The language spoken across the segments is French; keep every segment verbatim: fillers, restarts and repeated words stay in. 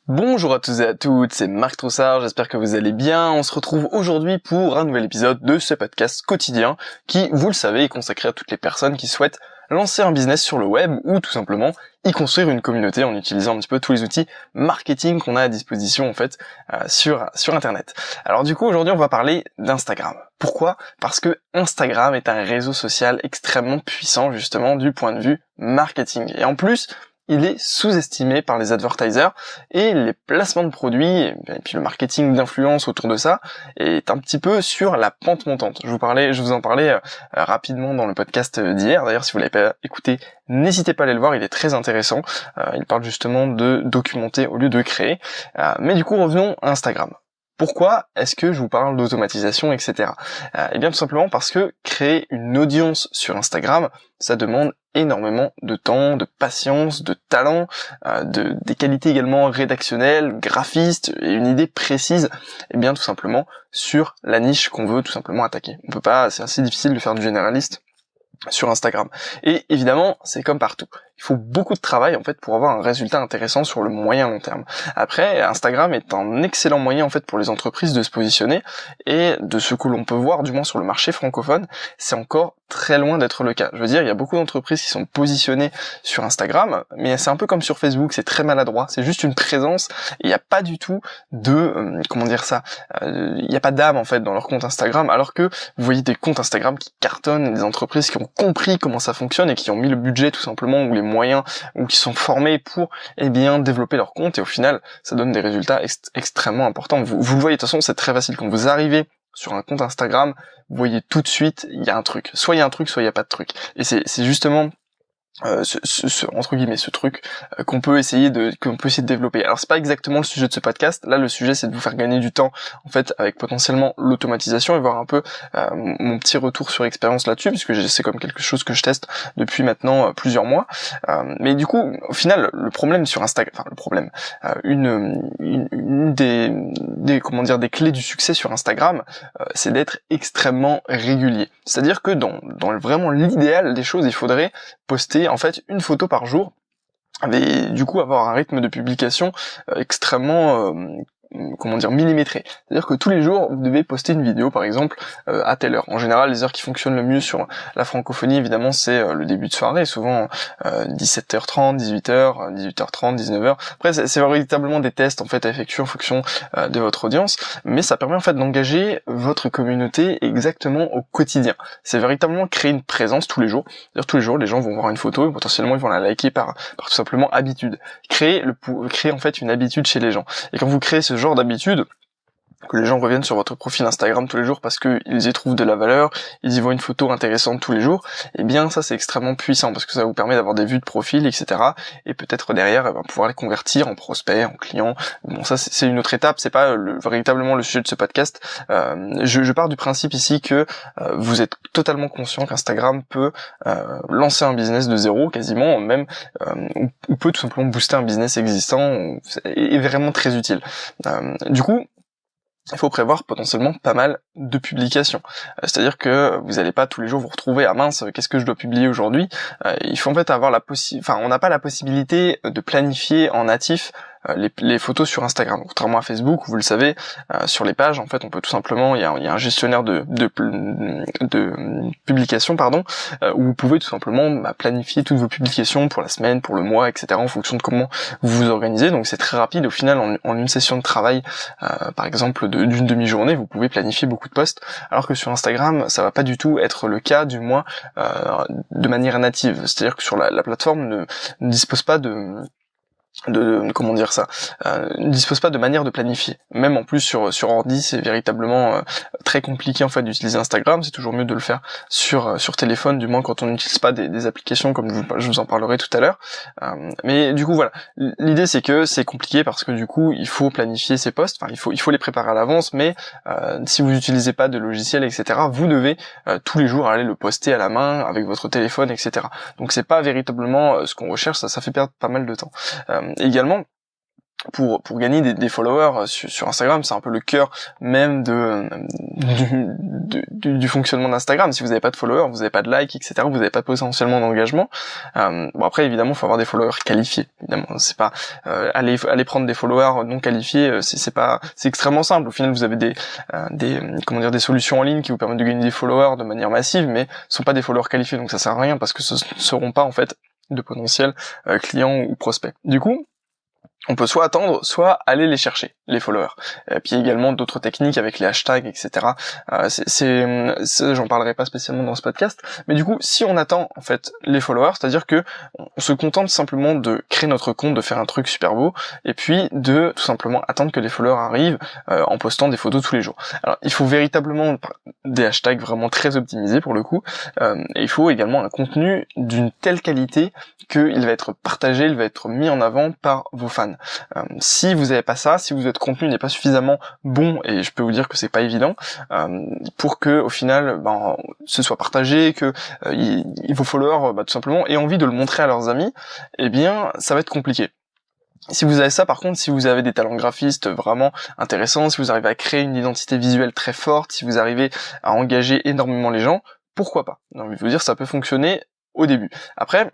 Bonjour à tous et à toutes, c'est Marc Troussard, j'espère que vous allez bien. On se retrouve aujourd'hui pour un nouvel épisode de ce podcast quotidien qui, vous le savez, est consacré à toutes les personnes qui souhaitent lancer un business sur le web ou tout simplement y construire une communauté en utilisant un petit peu tous les outils marketing qu'on a à disposition en fait euh, sur sur internet. Alors du coup aujourd'hui on va parler d'Instagram. Pourquoi ? Parce que Instagram est un réseau social extrêmement puissant justement du point de vue marketing. Et en plus, il est sous-estimé par les advertisers et les placements de produits et puis le marketing d'influence autour de ça est un petit peu sur la pente montante. Je vous parlais, je vous en parlais euh, rapidement dans le podcast d'hier. D'ailleurs, si vous l'avez pas écouté, n'hésitez pas à aller le voir, il est très intéressant. Euh, il parle justement de documenter au lieu de créer. Euh, mais du coup, revenons à Instagram. Pourquoi est-ce que je vous parle d'automatisation, et cetera. Euh, eh bien tout simplement parce que créer une audience sur Instagram, ça demande énormément de temps, de patience, de talent, euh, de, des qualités également rédactionnelles, graphistes, et une idée précise, eh bien tout simplement sur la niche qu'on veut tout simplement attaquer. On peut pas, c'est assez difficile de faire du généraliste sur Instagram. Et évidemment, c'est comme partout. Il faut beaucoup de travail en fait pour avoir un résultat intéressant sur le moyen long terme. Après, Instagram est un excellent moyen en fait pour les entreprises de se positionner et de ce que l'on peut voir du moins sur le marché francophone, c'est encore très loin d'être le cas. Je veux dire, il y a beaucoup d'entreprises qui sont positionnées sur Instagram, mais c'est un peu comme sur Facebook, c'est très maladroit, c'est juste une présence, et il n'y a pas du tout de, euh, comment dire ça, euh, il n'y a pas d'âme en fait dans leur compte Instagram, alors que vous voyez des comptes Instagram qui cartonnent, des entreprises qui ont compris comment ça fonctionne et qui ont mis le budget tout simplement ou les moyens ou qui sont formés pour eh bien développer leur compte, et au final ça donne des résultats ext- extrêmement importants. Vous, vous le voyez, de toute façon c'est très facile quand vous arrivez sur un compte Instagram, vous voyez tout de suite, il y a un truc. Soit il y a un truc, soit il n'y a pas de truc. Et c'est, c'est justement Euh, ce, ce, ce, entre guillemets ce truc euh, qu'on peut essayer de qu'on peut essayer de développer. Alors c'est pas exactement le sujet de ce podcast. Là le sujet c'est de vous faire gagner du temps en fait avec potentiellement l'automatisation et voir un peu euh, mon petit retour sur expérience là-dessus, puisque c'est comme quelque chose que je teste depuis maintenant euh, plusieurs mois. Euh, mais du coup au final le problème sur Instagram, enfin le problème, euh, une, une, une des, des comment dire des clés du succès sur Instagram, euh, c'est d'être extrêmement régulier. C'est-à-dire que dans dans vraiment l'idéal des choses, il faudrait poster en fait une photo par jour, et du coup avoir un rythme de publication euh, extrêmement euh, comment dire millimétré. C'est-à-dire que tous les jours vous devez poster une vidéo par exemple euh, à telle heure. En général les heures qui fonctionnent le mieux sur la francophonie évidemment c'est euh, le début de soirée, souvent euh, dix-sept heures trente, dix-huit heures, dix-huit heures trente, dix-neuf heures. Après c'est, c'est véritablement des tests en fait à effectuer en fonction euh, de votre audience, mais ça permet en fait d'engager votre communauté exactement au quotidien. C'est véritablement créer une présence tous les jours. C'est-à-dire tous les jours les gens vont voir une photo et potentiellement ils vont la liker par, par tout simplement habitude. Créer le créer en fait une habitude chez les gens. Et quand vous créez ce genre d'habitude, que les gens reviennent sur votre profil Instagram tous les jours parce qu'ils y trouvent de la valeur, ils y voient une photo intéressante tous les jours, et bien ça c'est extrêmement puissant parce que ça vous permet d'avoir des vues de profil, et cetera. Et peut-être derrière eh ben, pouvoir les convertir en prospects, en clients. Bon ça c'est une autre étape, c'est pas le, véritablement le sujet de ce podcast. Euh, je, je pars du principe ici que euh, vous êtes totalement conscient qu'Instagram peut euh, lancer un business de zéro quasiment, même euh, ou, ou peut tout simplement booster un business existant, et vraiment très utile. Euh, du coup il faut prévoir potentiellement pas mal de publications. Euh, c'est-à-dire que vous n'allez pas tous les jours vous retrouver à mince, qu'est-ce que je dois publier aujourd'hui. Euh, il faut en fait avoir la possibilité, enfin on n'a pas la possibilité de planifier en natif euh, les, les photos sur Instagram. Contrairement à Facebook, où vous le savez, euh, sur les pages, en fait, on peut tout simplement, il y a, il y a un gestionnaire de, de, de publication, pardon, euh, où vous pouvez tout simplement bah, planifier toutes vos publications pour la semaine, pour le mois, et cetera, en fonction de comment vous vous organisez. Donc c'est très rapide. Au final, en, en une session de travail, euh, par exemple de, d'une demi-journée, vous pouvez planifier beaucoup de posts, alors que sur Instagram, ça va pas du tout être le cas, du moins euh, de manière native. C'est-à-dire que sur la, la plateforme ne, ne dispose pas de de comment dire ça euh, ne dispose pas de manière de planifier. Même en plus sur sur ordi, c'est véritablement euh, très compliqué en fait d'utiliser Instagram. C'est toujours mieux de le faire sur euh, sur téléphone, du moins quand on n'utilise pas des, des applications comme je vous, je vous en parlerai tout à l'heure. Euh, mais du coup voilà, l'idée c'est que c'est compliqué parce que du coup il faut planifier ses posts. Enfin il faut il faut les préparer à l'avance, mais euh, si vous n'utilisez pas de logiciel, et cetera, vous devez euh, tous les jours aller le poster à la main avec votre téléphone, et cetera. Donc c'est pas véritablement euh, ce qu'on recherche. Ça ça fait perdre pas mal de temps. Euh, également pour pour gagner des, des followers sur, sur Instagram, c'est un peu le cœur même de du, du, du fonctionnement d'Instagram. Si vous n'avez pas de followers, vous n'avez pas de likes, et cetera, vous n'avez pas potentiellement d'engagement. Euh, bon après évidemment, il faut avoir des followers qualifiés. Évidemment, c'est pas euh, aller aller prendre des followers non qualifiés, c'est c'est pas c'est extrêmement simple. Au final, vous avez des euh, des comment dire des solutions en ligne qui vous permettent de gagner des followers de manière massive, mais ce sont pas des followers qualifiés, donc ça sert à rien parce que ce ne seront pas en fait de potentiels euh, clients ou prospects. Du coup, on peut soit attendre, soit aller les chercher, les followers. Et puis également d'autres techniques avec les hashtags, et cetera. Euh, c'est, c'est, c'est, j'en parlerai pas spécialement dans ce podcast, mais du coup, si on attend en fait les followers, c'est-à-dire que on se contente simplement de créer notre compte, de faire un truc super beau, et puis de tout simplement attendre que les followers arrivent euh, en postant des photos tous les jours. Alors, il faut véritablement des hashtags vraiment très optimisés pour le coup, euh, et il faut également un contenu d'une telle qualité qu'il va être partagé, il va être mis en avant par vos fans. Euh, si vous n'avez pas ça, si votre contenu n'est pas suffisamment bon, et je peux vous dire que c'est pas évident, euh, pour que au final, ben, ce soit partagé, que euh, y, y, vos followers, bah, tout simplement, aient envie de le montrer à leurs amis, eh bien, ça va être compliqué. Si vous avez ça, par contre, si vous avez des talents graphistes vraiment intéressants, si vous arrivez à créer une identité visuelle très forte, si vous arrivez à engager énormément les gens, pourquoi pas? J'ai envie de vous dire, ça peut fonctionner au début. Après,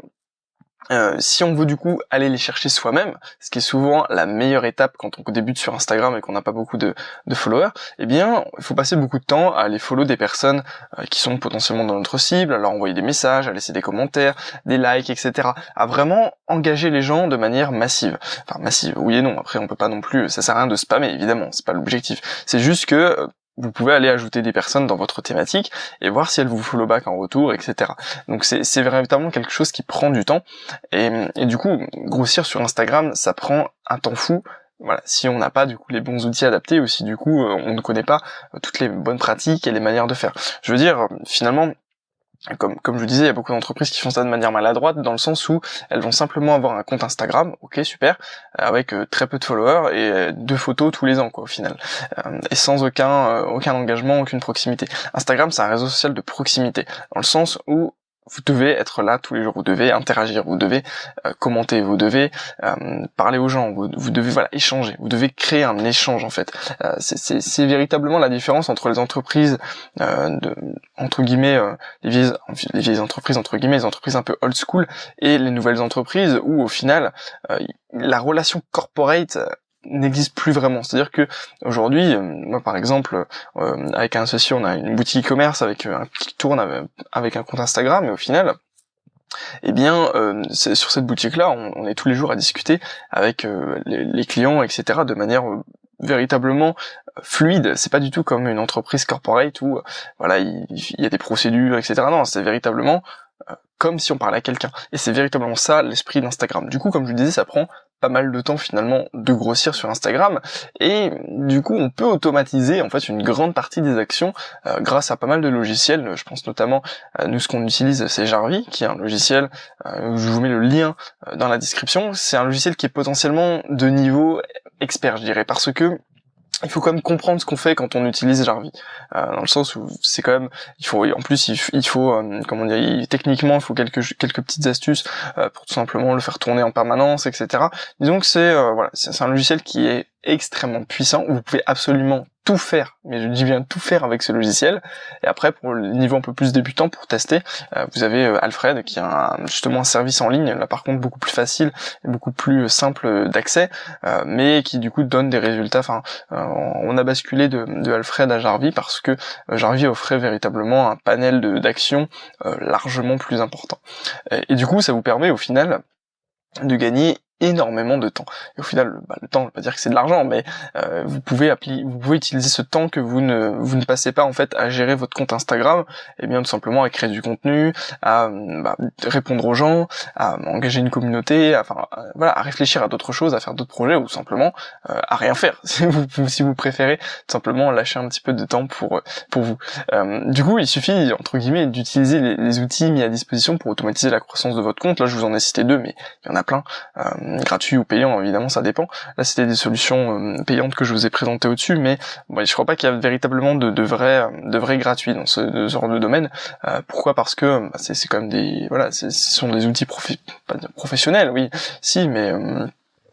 Euh, si on veut du coup aller les chercher soi-même, ce qui est souvent la meilleure étape quand on débute sur Instagram et qu'on n'a pas beaucoup de, de followers, eh bien, il faut passer beaucoup de temps à aller follow des personnes euh, qui sont potentiellement dans notre cible, à leur envoyer des messages, à laisser des commentaires, des likes, et cetera. À vraiment engager les gens de manière massive. Enfin, massive, oui et non. Après, on peut pas non plus, ça sert à rien de spammer, évidemment, c'est pas l'objectif. C'est juste que euh, vous pouvez aller ajouter des personnes dans votre thématique et voir si elles vous follow back en retour, et cetera. Donc c'est, c'est véritablement quelque chose qui prend du temps. Et, et du coup, grossir sur Instagram, ça prend un temps fou. Voilà, si on n'a pas du coup les bons outils adaptés, ou si du coup on ne connaît pas toutes les bonnes pratiques et les manières de faire. Je veux dire, finalement, Comme, comme je vous disais, il y a beaucoup d'entreprises qui font ça de manière maladroite, dans le sens où elles vont simplement avoir un compte Instagram, ok super, avec euh, très peu de followers et euh, deux photos tous les ans quoi au final, euh, et sans aucun euh, aucun engagement, aucune proximité. Instagram c'est un réseau social de proximité, dans le sens où vous devez être là tous les jours, vous devez interagir, vous devez euh, commenter, vous devez euh, parler aux gens, vous, vous devez voilà échanger, vous devez créer un échange en fait. Euh, c'est, c'est, c'est véritablement la différence entre les entreprises euh, de, entre guillemets euh, les vieilles les vieilles entreprises entre guillemets, les entreprises un peu old school, et les nouvelles entreprises où au final euh, la relation corporate n'existe plus vraiment. C'est-à-dire que aujourd'hui, euh, moi par exemple, euh, avec un associé, on a une boutique e-commerce avec euh, qui tourne avec, avec un compte Instagram, et au final, eh bien, euh, c'est, sur cette boutique-là, on, on est tous les jours à discuter avec euh, les, les clients, et cetera, de manière euh, véritablement fluide. C'est pas du tout comme une entreprise corporate où, euh, voilà, il, il y a des procédures, et cetera. Non, c'est véritablement euh, comme si on parlait à quelqu'un. Et c'est véritablement ça l'esprit d'Instagram. Du coup, comme je le disais, ça prend pas mal de temps finalement de grossir sur Instagram, et du coup on peut automatiser en fait une grande partie des actions euh, grâce à pas mal de logiciels. Je pense notamment à nous, ce qu'on utilise, c'est Jarvis, qui est un logiciel, euh, je vous mets le lien euh, dans la description. C'est un logiciel qui est potentiellement de niveau expert, je dirais, parce que il faut quand même comprendre ce qu'on fait quand on utilise Jarvis, euh, dans le sens où c'est quand même, il faut, en plus il, il faut, euh, comment dire, il, techniquement il faut quelques quelques petites astuces euh, pour tout simplement le faire tourner en permanence, et cetera. Disons que c'est, euh, voilà, c'est, c'est un logiciel qui est extrêmement puissant, où vous pouvez absolument tout faire, mais je dis bien tout faire avec ce logiciel. Et après, pour le niveau un peu plus débutant, pour tester, euh, vous avez euh, Alfred, qui a un, justement un service en ligne, là par contre beaucoup plus facile et beaucoup plus simple d'accès, euh, mais qui du coup donne des résultats. Enfin, euh, on a basculé de, de Alfred à Jarvis parce que euh, Jarvis offrait véritablement un panel de, d'actions euh, largement plus important. Et, et du coup, ça vous permet au final de gagner énormément de temps. Et au final, bah, le temps, je vais pas dire que c'est de l'argent, mais euh, vous pouvez appliquer, vous pouvez utiliser ce temps que vous ne vous ne passez pas en fait à gérer votre compte Instagram, et bien tout simplement à créer du contenu, à bah, répondre aux gens, à engager une communauté, à, enfin à, voilà, à réfléchir à d'autres choses, à faire d'autres projets, ou simplement euh, à rien faire si vous si vous préférez tout simplement lâcher un petit peu de temps pour pour vous. Euh, du coup, il suffit entre guillemets d'utiliser les, les outils mis à disposition pour automatiser la croissance de votre compte. Là, je vous en ai cité deux, mais il y en a plein. Euh, gratuit ou payant, évidemment ça dépend. Là c'était des solutions euh, payantes que je vous ai présentées au-dessus, mais bon, je crois pas qu'il y a véritablement de, de vrais de vrais gratuits dans ce, de ce genre de domaine. Euh, pourquoi? Parce que bah, c'est, c'est quand même des voilà, c'est, ce sont des outils profi- pas professionnels, oui, si, mais euh,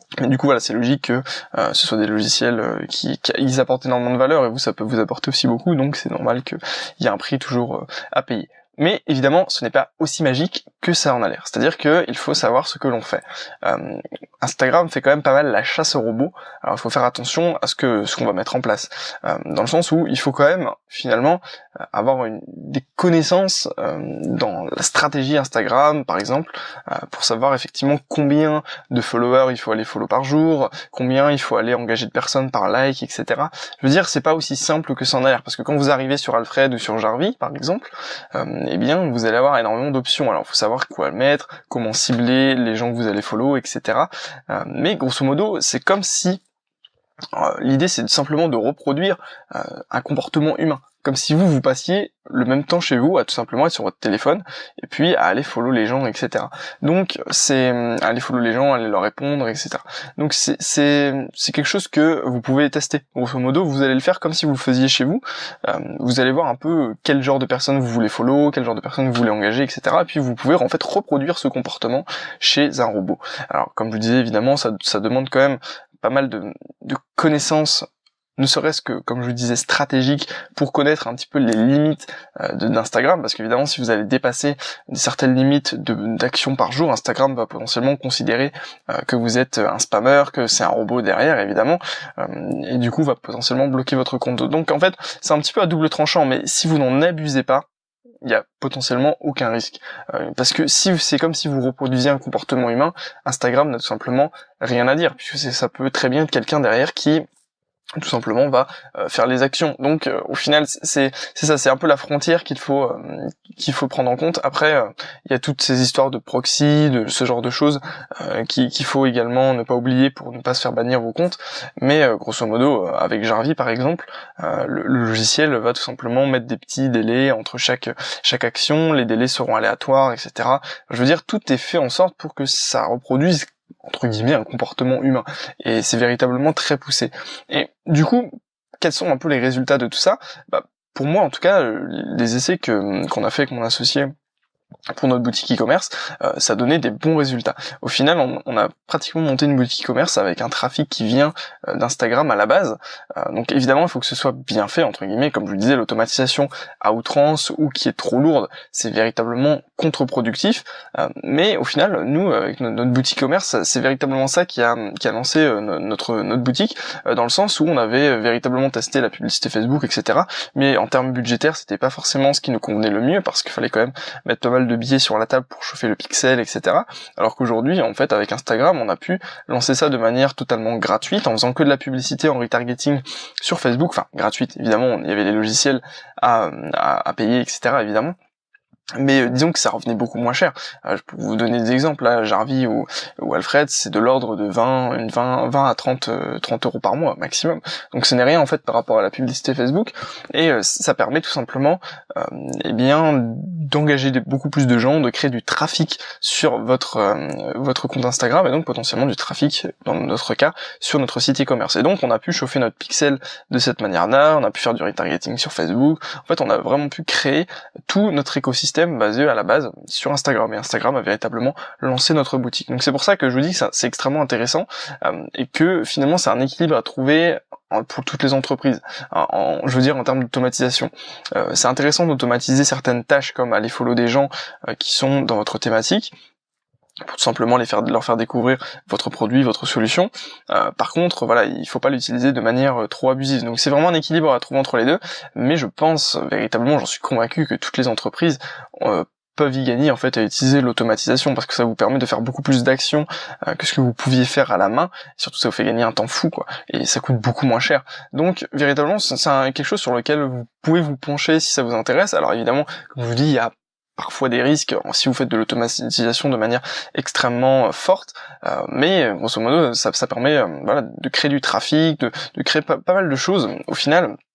Mais du coup voilà, c'est logique que euh, ce soit des logiciels euh, qui, qui ils apportent énormément de valeur et vous ça peut vous apporter aussi beaucoup, donc c'est normal qu'il y ait un prix toujours euh, à payer. Mais évidemment, ce n'est pas aussi magique que ça en a l'air. C'est-à-dire qu'il faut savoir ce que l'on fait. Euh, Instagram fait quand même pas mal la chasse aux robots. Alors il faut faire attention à ce que ce qu'on va mettre en place, euh, dans le sens où il faut quand même finalement avoir une, des connaissances euh, dans la stratégie Instagram, par exemple, euh, pour savoir effectivement combien de followers il faut aller follow par jour, combien il faut aller engager de personnes par like, et cetera. Je veux dire, c'est pas aussi simple que ça en a l'air, parce que quand vous arrivez sur Alfred ou sur Jarvis, par exemple, euh, eh bien, vous allez avoir énormément d'options. Alors, il faut savoir quoi mettre, comment cibler les gens que vous allez follow, et cetera. Euh, mais grosso modo, c'est comme si euh, l'idée, c'est simplement de reproduire euh, un comportement humain. Comme si vous, vous passiez le même temps chez vous à tout simplement être sur votre téléphone et puis à aller follow les gens, et cetera. Donc, c'est à aller follow les gens, aller leur répondre, et cetera. Donc, c'est c'est c'est quelque chose que vous pouvez tester. Grosso modo, vous allez le faire comme si vous le faisiez chez vous. Euh, vous allez voir un peu quel genre de personnes vous voulez follow, quel genre de personnes vous voulez engager, et cetera. Et puis, vous pouvez en fait reproduire ce comportement chez un robot. Alors, comme je vous disais, évidemment, ça, ça demande quand même pas mal de, de connaissances, ne serait-ce que, comme je vous disais, stratégique, pour connaître un petit peu les limites euh, de, d'Instagram, parce qu'évidemment, si vous allez dépasser certaines limites de, d'actions par jour, Instagram va potentiellement considérer euh, que vous êtes un spammer, que c'est un robot derrière, évidemment, euh, et du coup, va potentiellement bloquer votre compte. Donc, en fait, c'est un petit peu à double tranchant, mais si vous n'en abusez pas, il y a potentiellement aucun risque. Euh, parce que si c'est comme si vous reproduisiez un comportement humain, Instagram n'a tout simplement rien à dire, puisque c'est, ça peut très bien être quelqu'un derrière qui tout simplement va euh, faire les actions. Donc euh, au final c'est c'est ça, c'est un peu la frontière qu'il faut euh, qu'il faut prendre en compte. Après euh, il y a toutes ces histoires de proxy, de ce genre de choses euh, qui qu'il faut également ne pas oublier pour ne pas se faire bannir vos comptes. Mais euh, grosso modo euh, avec Jarvis par exemple, euh, le, le logiciel va tout simplement mettre des petits délais entre chaque chaque action, les délais seront aléatoires, et cetera. Je veux dire, tout est fait en sorte pour que ça reproduise entre guillemets un comportement humain, et c'est véritablement très poussé. Et du coup, quels sont un peu les résultats de tout ça? Bah, pour moi en tout cas, les essais que qu'on a fait avec mon associé pour notre boutique e-commerce, euh, ça donnait des bons résultats. Au final, on, on a pratiquement monté une boutique e-commerce avec un trafic qui vient euh, d'Instagram à la base. Euh, donc évidemment, il faut que ce soit bien fait, entre guillemets. Comme je vous le disais, l'automatisation à outrance ou qui est trop lourde, c'est véritablement contre-productif. Euh, mais au final, nous, avec notre, notre boutique e-commerce, c'est véritablement ça qui a, qui a lancé euh, notre, notre boutique, euh, dans le sens où on avait véritablement testé la publicité Facebook, et cetera. Mais en termes budgétaires, c'était pas forcément ce qui nous convenait le mieux, parce qu'il fallait quand même mettre pas mal de billets sur la table pour chauffer le pixel, et cetera. Alors qu'aujourd'hui, en fait, avec Instagram, on a pu lancer ça de manière totalement gratuite, en faisant que de la publicité en retargeting sur Facebook, enfin gratuite, évidemment, il y avait les logiciels à, à, à payer, et cetera, évidemment. Mais euh, disons que ça revenait beaucoup moins cher. Euh, je peux vous donner des exemples, là, Jarvis ou, ou Alfred, c'est de l'ordre de vingt, une vingt, vingt à trente, euh, trente euros par mois maximum. Donc ce n'est rien en fait par rapport à la publicité Facebook, et euh, ça permet tout simplement, euh, eh bien, d'engager des, beaucoup plus de gens, de créer du trafic sur votre euh, votre compte Instagram, et donc potentiellement du trafic, dans notre cas, sur notre site e-commerce. Et donc on a pu chauffer notre pixel de cette manière-là, on a pu faire du retargeting sur Facebook. En fait, on a vraiment pu créer tout notre écosystème basé à la base sur Instagram, et Instagram a véritablement lancé notre boutique. Donc c'est pour ça que je vous dis que ça, c'est extrêmement intéressant, euh, et que finalement c'est un équilibre à trouver pour toutes les entreprises, en, en, je veux dire en termes d'automatisation. Euh, c'est intéressant d'automatiser certaines tâches comme aller follow des gens euh, qui sont dans votre thématique, pour tout simplement les faire, leur faire découvrir votre produit, votre solution. Euh, par contre, voilà, il faut pas l'utiliser de manière euh, trop abusive. Donc c'est vraiment un équilibre à trouver entre les deux, mais je pense véritablement, j'en suis convaincu, que toutes les entreprises euh, peuvent y gagner en fait à utiliser l'automatisation, parce que ça vous permet de faire beaucoup plus d'actions euh, que ce que vous pouviez faire à la main, et surtout ça vous fait gagner un temps fou, quoi, et ça coûte beaucoup moins cher. Donc véritablement c'est, c'est un, quelque chose sur lequel vous pouvez vous pencher si ça vous intéresse. Alors évidemment, comme je vous dis, il y a parfois des risques si vous faites de l'automatisation de manière extrêmement forte, euh, mais grosso modo ça, ça permet euh, voilà, de créer du trafic, de, de créer pas, pas mal de choses au final.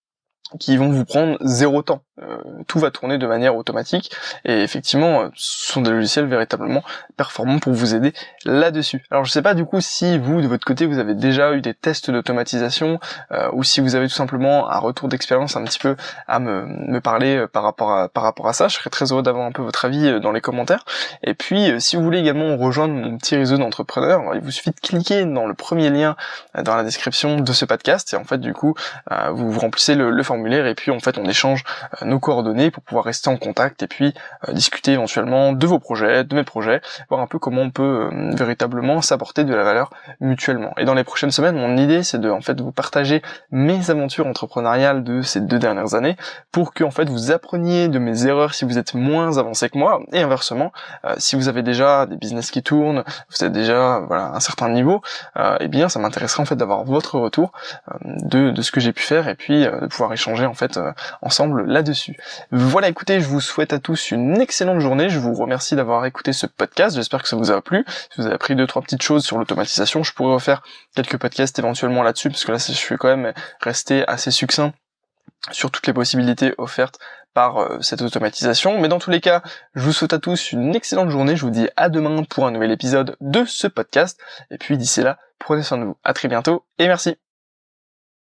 qui vont vous prendre zéro temps. Euh, tout va tourner de manière automatique et effectivement ce sont des logiciels véritablement performants pour vous aider là-dessus. Alors je sais pas du coup si vous de votre côté vous avez déjà eu des tests d'automatisation euh, ou si vous avez tout simplement un retour d'expérience un petit peu à me, me parler par rapport à par rapport à ça. Je serais très heureux d'avoir un peu votre avis dans les commentaires. Et puis si vous voulez également rejoindre mon petit réseau d'entrepreneurs, il vous suffit de cliquer dans le premier lien dans la description de ce podcast et en fait du coup vous, vous remplissez le, le formulaire et puis en fait on échange nos coordonnées pour pouvoir rester en contact et puis euh, discuter éventuellement de vos projets, de mes projets, voir un peu comment on peut euh, véritablement s'apporter de la valeur mutuellement. Et dans les prochaines semaines, mon idée c'est de en fait vous partager mes aventures entrepreneuriales de ces deux dernières années pour que en fait vous appreniez de mes erreurs si vous êtes moins avancé que moi et inversement euh, si vous avez déjà des business qui tournent, vous êtes déjà voilà un certain niveau, euh, et bien ça m'intéresserait en fait d'avoir votre retour euh, de, de ce que j'ai pu faire et puis euh, de pouvoir échanger en fait euh, ensemble là-dessus. Voilà, écoutez, je vous souhaite à tous une excellente journée, je vous remercie d'avoir écouté ce podcast, j'espère que ça vous a plu. Si vous avez appris deux trois petites choses sur l'automatisation, je pourrais refaire quelques podcasts éventuellement là-dessus, parce que là je suis quand même resté assez succinct sur toutes les possibilités offertes par euh, cette automatisation. Mais dans tous les cas, je vous souhaite à tous une excellente journée, je vous dis à demain pour un nouvel épisode de ce podcast, et puis d'ici là, prenez soin de vous. À très bientôt, et merci.